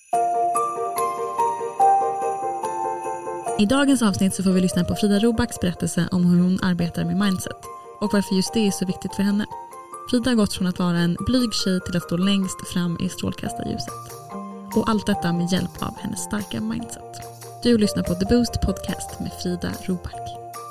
I dagens avsnitt så får vi lyssna på Frida Robacks berättelse om hur hon arbetar med mindset och varför just det är så viktigt för henne. Frida har gått från att vara en blyg tjej till att stå längst fram i strålkastarljuset. Och allt detta med hjälp av hennes starka mindset. Du lyssnar på The Boost Podcast med Frida Roback.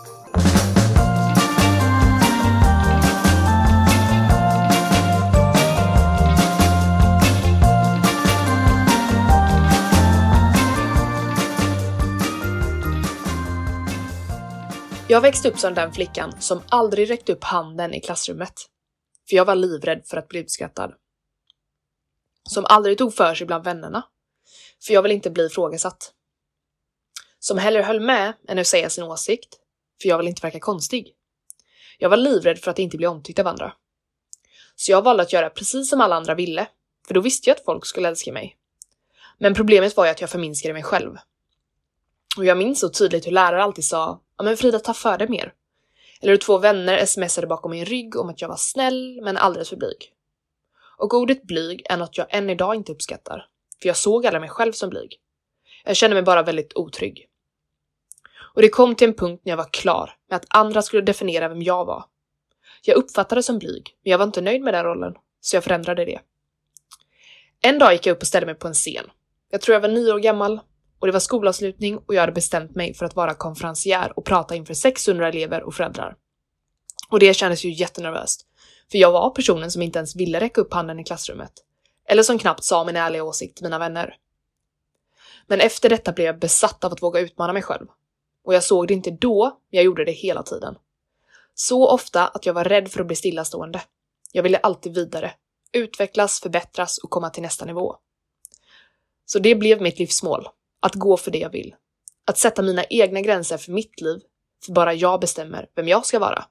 Jag växte upp som den flickan som aldrig räckte upp handen i klassrummet. För jag var livrädd för att bli utskrattad. Som aldrig tog för sig bland vännerna. För jag vill inte bli ifrågasatt. Som hellre höll med än att säga sin åsikt. För jag vill inte verka konstig. Jag var livrädd för att inte bli omtyckt av andra. Så jag valde att göra precis som alla andra ville. För då visste jag att folk skulle älska mig. Men problemet var ju att jag förminskade mig själv. Och jag minns så tydligt hur lärare alltid sa: ja men Frida, ta för dig mer. Eller hur 2 vänner smsade bakom min rygg om att jag var snäll men alldeles för blyg. Och ordet blyg är något jag än idag inte uppskattar. För jag såg aldrig mig själv som blyg. Jag kände mig bara väldigt otrygg. Och det kom till en punkt när jag var klar med att andra skulle definiera vem jag var. Jag uppfattade det som blyg, men jag var inte nöjd med den rollen. Så jag förändrade det. En dag gick jag upp och ställde mig på en scen. Jag tror jag var 9 år gammal. Och det var skolavslutning och jag hade bestämt mig för att vara konferencier och prata inför 600 elever och föräldrar. Och det kändes ju jättenervöst. För jag var personen som inte ens ville räcka upp handen i klassrummet. Eller som knappt sa min ärliga åsikt till mina vänner. Men efter detta blev jag besatt av att våga utmana mig själv. Och jag såg det inte då, men jag gjorde det hela tiden. Så ofta att jag var rädd för att bli stillastående. Jag ville alltid vidare. Utvecklas, förbättras och komma till nästa nivå. Så det blev mitt livsmål. Att gå för det jag vill. Att sätta mina egna gränser för mitt liv. För bara jag bestämmer vem jag ska vara.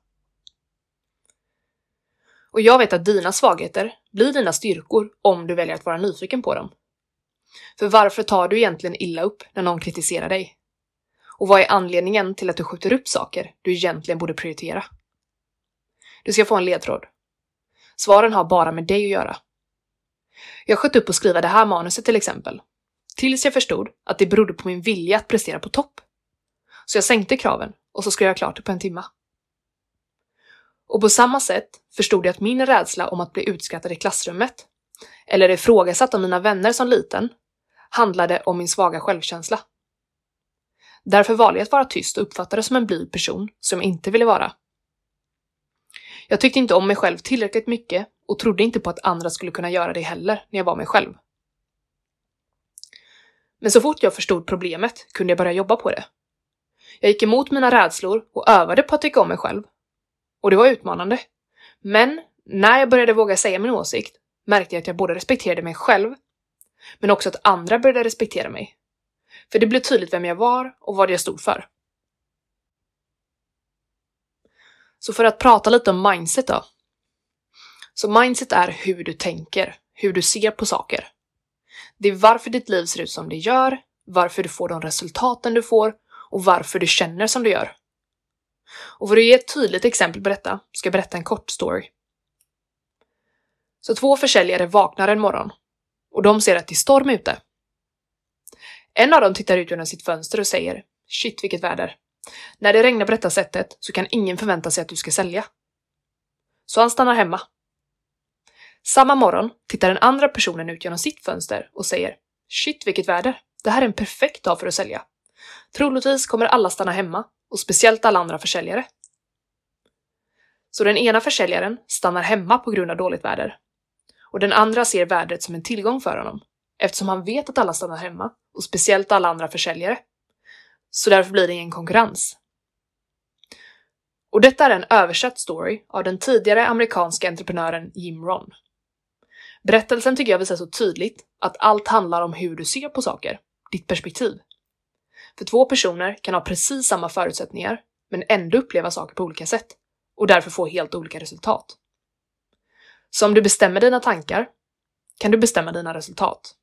Och jag vet att dina svagheter blir dina styrkor om du väljer att vara nyfiken på dem. För varför tar du egentligen illa upp när någon kritiserar dig? Och vad är anledningen till att du skjuter upp saker du egentligen borde prioritera? Du ska få en ledtråd. Svaren har bara med dig att göra. Jag sköt upp och skriva det här manuset till exempel. Tills jag förstod att det berodde på min vilja att prestera på topp. Så jag sänkte kraven och så skrev jag klart det på en timme. Och på samma sätt förstod jag att min rädsla om att bli utskrattad i klassrummet, eller ifrågasatt av mina vänner som liten, handlade om min svaga självkänsla. Därför valde jag att vara tyst och uppfattade det som en blyg person som jag inte ville vara. Jag tyckte inte om mig själv tillräckligt mycket och trodde inte på att andra skulle kunna göra det heller när jag var mig själv. Men så fort jag förstod problemet kunde jag börja jobba på det. Jag gick emot mina rädslor och övade på att tycka om mig själv. Och det var utmanande. Men när jag började våga säga min åsikt märkte jag att jag både respekterade mig själv men också att andra började respektera mig. För det blev tydligt vem jag var och vad jag stod för. Så för att prata lite om mindset då. Så mindset är hur du tänker, hur du ser på saker. Det är varför ditt liv ser ut som det gör, varför du får de resultaten du får och varför du känner som du gör. Och för att ge ett tydligt exempel på detta ska jag berätta en kort story. Så 2 försäljare vaknar en morgon och de ser att det är storm ute. En av dem tittar ut genom sitt fönster och säger: shit vilket väder. När det regnar på detta sättet så kan ingen förvänta sig att du ska sälja. Så han stannar hemma. Samma morgon tittar den andra personen ut genom sitt fönster och säger: shit vilket väder, det här är en perfekt dag för att sälja. Troligtvis kommer alla stanna hemma och speciellt alla andra försäljare. Så den ena försäljaren stannar hemma på grund av dåligt väder. Och den andra ser vädret som en tillgång för honom eftersom han vet att alla stannar hemma och speciellt alla andra försäljare. Så därför blir det ingen konkurrens. Och detta är en översatt story av den tidigare amerikanska entreprenören Jim Rohn. Berättelsen tycker jag visar så tydligt att allt handlar om hur du ser på saker, ditt perspektiv. För 2 personer kan ha precis samma förutsättningar men ändå uppleva saker på olika sätt och därför få helt olika resultat. Så om du bestämmer dina tankar kan du bestämma dina resultat.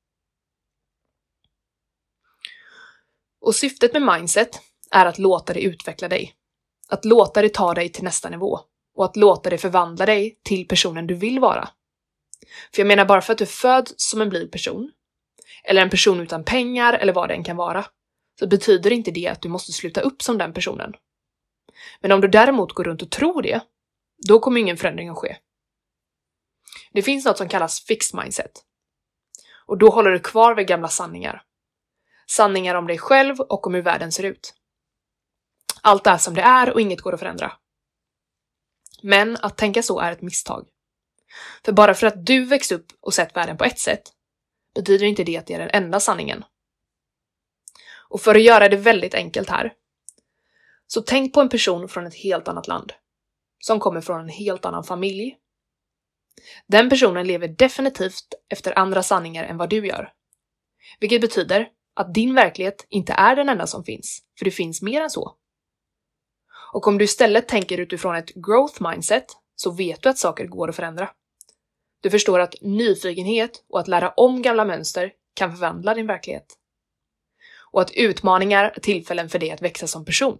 Och syftet med mindset är att låta dig utveckla dig. Att låta dig ta dig till nästa nivå. Och att låta dig förvandla dig till personen du vill vara. För jag menar bara för att du föds som en blyg person. eller en person utan pengar eller vad det än kan vara, så betyder inte det att du måste sluta upp som den personen. Men om du däremot går runt och tror det, då kommer ingen förändring att ske. Det finns något som kallas fixed mindset. Och då håller du kvar vid gamla sanningar. Sanningar om dig själv och om hur världen ser ut. Allt är som det är och inget går att förändra. Men att tänka så är ett misstag. För bara för att du växt upp och sett världen på ett sätt, betyder inte det att det är den enda sanningen. Och för att göra det väldigt enkelt här, så tänk på en person från ett helt annat land, som kommer från en helt annan familj. Den personen lever definitivt efter andra sanningar än vad du gör. Vilket betyder att din verklighet inte är den enda som finns, för det finns mer än så. Och om du istället tänker utifrån ett growth mindset, så vet du att saker går att förändra. Du förstår att nyfikenhet och att lära om gamla mönster kan förvandla din verklighet. Och att utmaningar är tillfällen för dig att växa som person.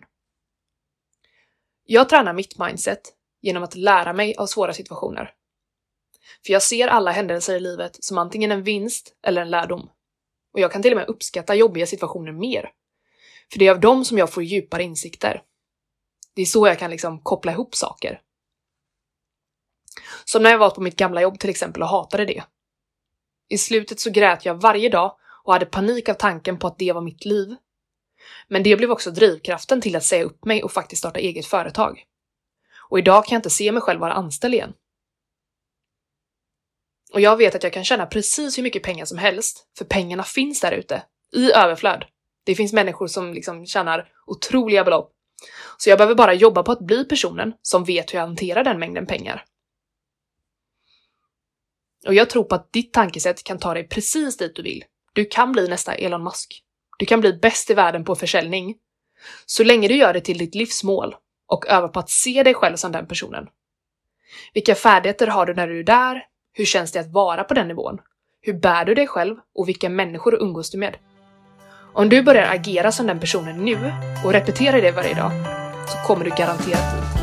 Jag tränar mitt mindset genom att lära mig av svåra situationer. För jag ser alla händelser i livet som antingen en vinst eller en lärdom. Och jag kan till och med uppskatta jobbiga situationer mer. För det är av dem som jag får djupare insikter. Det är så jag kan koppla ihop saker. Som när jag var på mitt gamla jobb till exempel och hatade det. I slutet så grät jag varje dag och hade panik av tanken på att det var mitt liv. Men det blev också drivkraften till att säga upp mig och faktiskt starta eget företag. Och idag kan jag inte se mig själv vara anställd igen. Och jag vet att jag kan tjäna precis hur mycket pengar som helst, för pengarna finns där ute, i överflöd. Det finns människor som tjänar otroliga belopp. Så jag behöver bara jobba på att bli personen som vet hur jag hanterar den mängden pengar. Och jag tror på att ditt tankesätt kan ta dig precis dit du vill. Du kan bli nästa Elon Musk. Du kan bli bäst i världen på försäljning. Så länge du gör det till ditt livsmål och övar på att se dig själv som den personen. Vilka färdigheter har du när du är där? Hur känns det att vara på den nivån? Hur bär du dig själv och vilka människor umgås du med? Om du börjar agera som den personen nu och repeterar det varje dag, så kommer du garanterat dit.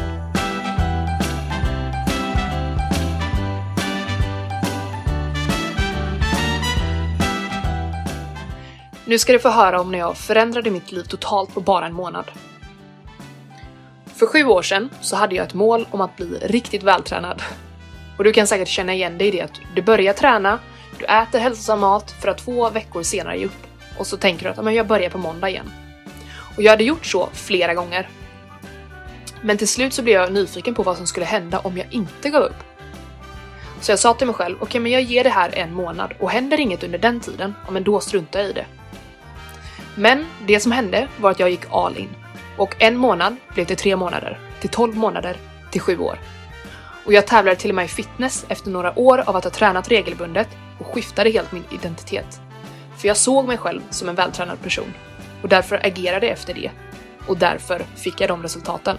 Nu ska du få höra om när jag förändrade mitt liv totalt på bara en månad. För 7 år sedan så hade jag ett mål om att bli riktigt vältränad. Och du kan säkert känna igen dig i det att du börjar träna, du äter hälsosam mat för att 2 veckor senare ge upp. Och så tänker du att jag börjar på måndag igen. Och jag hade gjort så flera gånger. Men till slut så blev jag nyfiken på vad som skulle hända om jag inte gav upp. Så jag sa till mig själv, okej, men jag ger det här 1 månad och händer inget under den tiden, men då struntar jag i det. Men det som hände var att jag gick all in. Och 1 månad blev till 3 månader, till 12 månader, till 7 år. Och jag tävlade till och med i fitness efter några år av att ha tränat regelbundet och skiftade helt min identitet. För jag såg mig själv som en vältränad person och därför agerade jag efter det. Och därför fick jag de resultaten.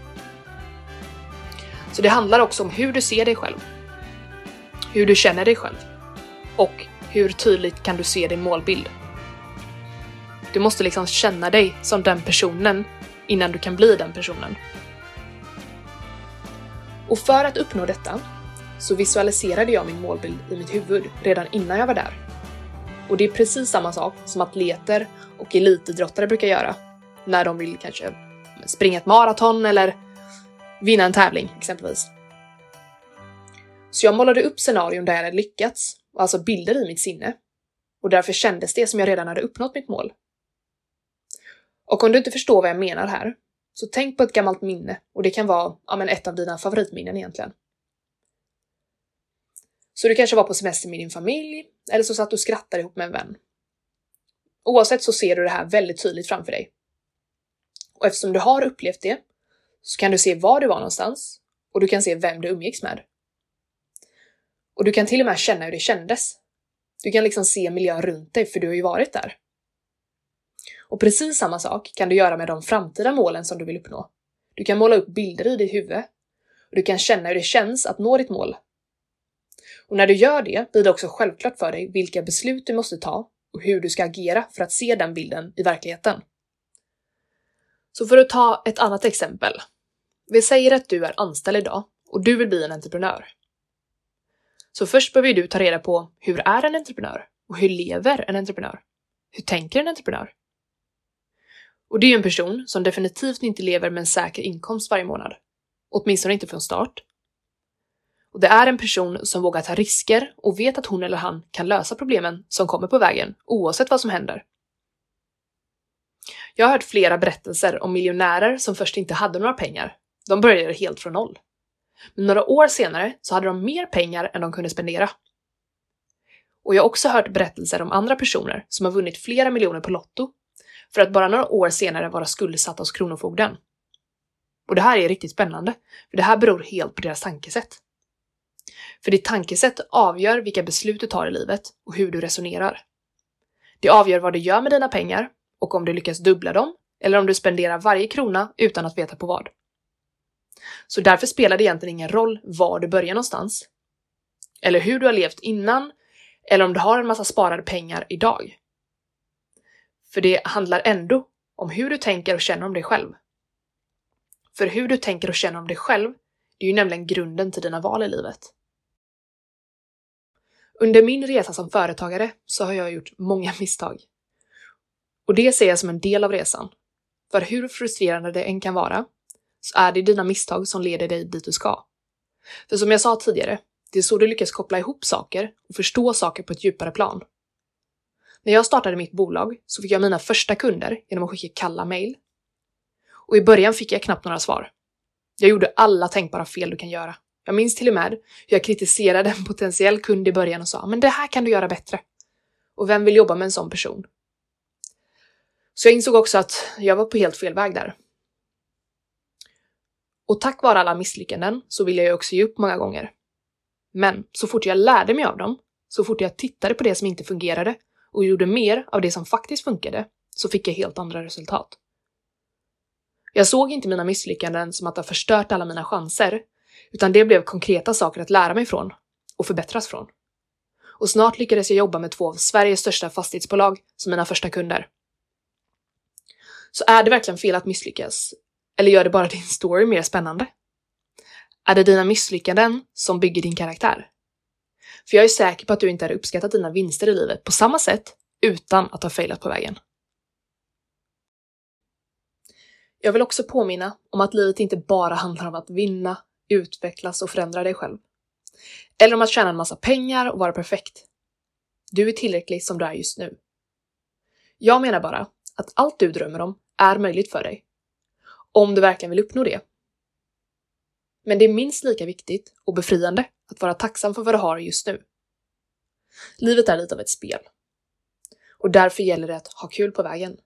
Så det handlar också om hur du ser dig själv. Hur du känner dig själv. Och hur tydligt kan du se din målbild. Du måste känna dig som den personen innan du kan bli den personen. Och för att uppnå detta så visualiserade jag min målbild i mitt huvud redan innan jag var där. Och det är precis samma sak som atleter och elitidrottare brukar göra när de vill kanske springa ett maraton eller vinna en tävling exempelvis. Så jag målade upp scenarion där jag hade lyckats, alltså bilder i mitt sinne. Och därför kändes det som jag redan hade uppnått mitt mål. Och om du inte förstår vad jag menar här, så tänk på ett gammalt minne, och det kan vara ett av dina favoritminnen egentligen. Så du kanske var på semester med din familj, eller så satt du och skrattade ihop med en vän. Oavsett så ser du det här väldigt tydligt framför dig. Och eftersom du har upplevt det, så kan du se var du var någonstans, och du kan se vem du umgicks med. Och du kan till och med känna hur det kändes. Du kan se miljön runt dig, för du har ju varit där. Och precis samma sak kan du göra med de framtida målen som du vill uppnå. Du kan måla upp bilder i ditt huvud. Och du kan känna hur det känns att nå ditt mål. Och när du gör det blir det också självklart för dig vilka beslut du måste ta och hur du ska agera för att se den bilden i verkligheten. Så för att ta ett annat exempel. Vi säger att du är anställd idag och du vill bli en entreprenör. Så först behöver du ta reda på hur är en entreprenör? Och hur lever en entreprenör? Hur tänker en entreprenör? Och det är ju en person som definitivt inte lever med en säker inkomst varje månad. Åtminstone inte från start. Och det är en person som vågar ta risker och vet att hon eller han kan lösa problemen som kommer på vägen, oavsett vad som händer. Jag har hört flera berättelser om miljonärer som först inte hade några pengar. De började helt från noll. Men några år senare så hade de mer pengar än de kunde spendera. Och jag har också hört berättelser om andra personer som har vunnit flera miljoner på Lotto för att bara några år senare vara skuldsatta hos Kronofogden. Och det här är riktigt spännande, för det här beror helt på deras tankesätt. För ditt tankesätt avgör vilka beslut du tar i livet och hur du resonerar. Det avgör vad du gör med dina pengar och om du lyckas dubbla dem eller om du spenderar varje krona utan att veta på vad. Så därför spelar det egentligen ingen roll var du börjar någonstans. Eller hur du har levt innan, eller om du har en massa sparade pengar idag. För det handlar ändå om hur du tänker och känner om dig själv. För hur du tänker och känner om dig själv, det är ju nämligen grunden till dina val i livet. Under min resa som företagare så har jag gjort många misstag. Och det ser jag som en del av resan. För hur frustrerande det än kan vara, så är det dina misstag som leder dig dit du ska. För som jag sa tidigare, det är så du lyckas koppla ihop saker och förstå saker på ett djupare plan. När jag startade mitt bolag så fick jag mina första kunder genom att skicka kalla mejl. Och i början fick jag knappt några svar. Jag gjorde alla tänkbara fel du kan göra. Jag minns till och med hur jag kritiserade en potentiell kund i början och sa, men det här kan du göra bättre. Och vem vill jobba med en sån person? Så jag insåg också att jag var på helt fel väg där. Och tack vare alla misslyckanden så ville jag också ge upp många gånger. Men så fort jag lärde mig av dem, så fort jag tittade på det som inte fungerade och gjorde mer av det som faktiskt funkade, så fick jag helt andra resultat. Jag såg inte mina misslyckanden som att ha förstört alla mina chanser, utan det blev konkreta saker att lära mig från och förbättras från. Och snart lyckades jag jobba med 2 av Sveriges största fastighetsbolag som mina första kunder. Så är det verkligen fel att misslyckas? Eller gör det bara din story mer spännande? Är det dina misslyckanden som bygger din karaktär? För jag är säker på att du inte hade uppskattat dina vinster i livet på samma sätt utan att ha failat på vägen. Jag vill också påminna om att livet inte bara handlar om att vinna, utvecklas och förändra dig själv. Eller om att tjäna en massa pengar och vara perfekt. Du är tillräcklig som du är just nu. Jag menar bara att allt du drömmer om är möjligt för dig. Om du verkligen vill uppnå det. Men det är minst lika viktigt och befriande att vara tacksam för vad du har just nu. Livet är lite av ett spel. Och därför gäller det att ha kul på vägen.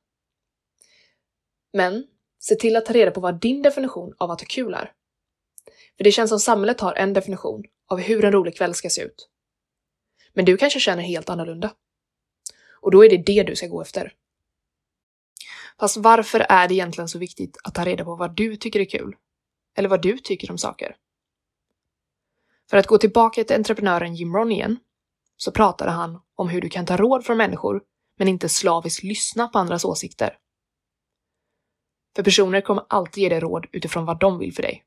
Men se till att ta reda på vad din definition av att ha kul är. För det känns som samhället har en definition av hur en rolig kväll ska se ut. Men du kanske känner helt annorlunda. Och då är det du ska gå efter. Fast varför är det egentligen så viktigt att ta reda på vad du tycker är kul? Eller vad du tycker om saker? För att gå tillbaka till entreprenören Jim Rohn igen, så pratade han om hur du kan ta råd från människor men inte slaviskt lyssna på andras åsikter. För personer kommer alltid ge dig råd utifrån vad de vill för dig.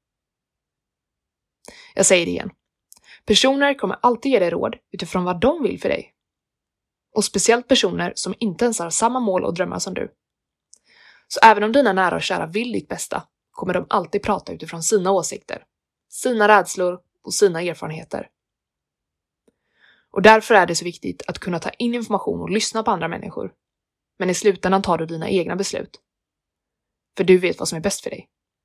Jag säger det igen. Personer kommer alltid ge dig råd utifrån vad de vill för dig. Och speciellt personer som inte ens har samma mål och drömmar som du. Så även om dina nära och kära vill ditt bästa, kommer de alltid prata utifrån sina åsikter, sina rädslor och sina erfarenheter. Och därför är det så viktigt att kunna ta in information och lyssna på andra människor. Men i slutändan tar du dina egna beslut. För du vet vad som är bäst för dig.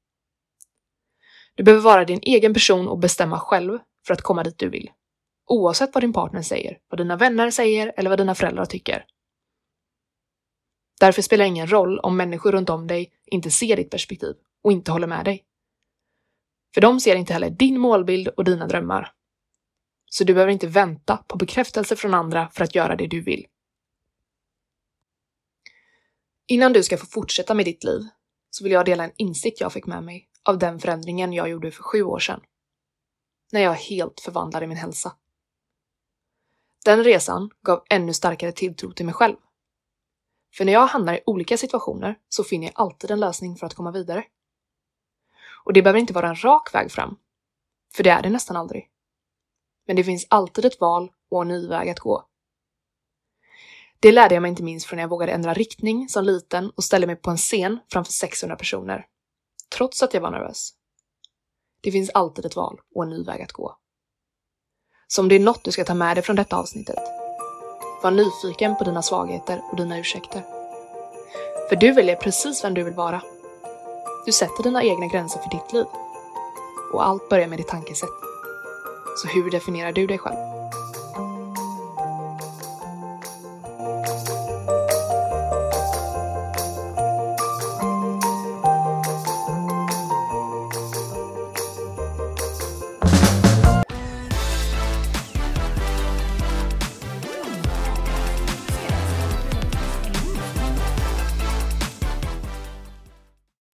Du behöver vara din egen person och bestämma själv för att komma dit du vill. Oavsett vad din partner säger, vad dina vänner säger eller vad dina föräldrar tycker. Därför spelar det ingen roll om människor runt om dig inte ser ditt perspektiv och inte håller med dig. För de ser inte heller din målbild och dina drömmar. Så du behöver inte vänta på bekräftelse från andra för att göra det du vill. Innan du ska få fortsätta med ditt liv så vill jag dela en insikt jag fick med mig av den förändringen jag gjorde för 7 år sedan. När jag helt förvandlade min hälsa. Den resan gav ännu starkare tilltro till mig själv. För när jag hamnar i olika situationer så finner jag alltid en lösning för att komma vidare. Och det behöver inte vara en rak väg fram. För det är det nästan aldrig. Men det finns alltid ett val och en ny väg att gå. Det lärde jag mig inte minst från när jag vågade ändra riktning som liten och ställde mig på en scen framför 600 personer. Trots att jag var nervös. Det finns alltid ett val och en ny väg att gå. Så om det är något du ska ta med dig från detta avsnittet, var nyfiken på dina svagheter och dina ursäkter. För du väljer precis vem du vill vara. Du sätter dina egna gränser för ditt liv. Och allt börjar med ditt tankesätt. Så hur definierar du dig själv?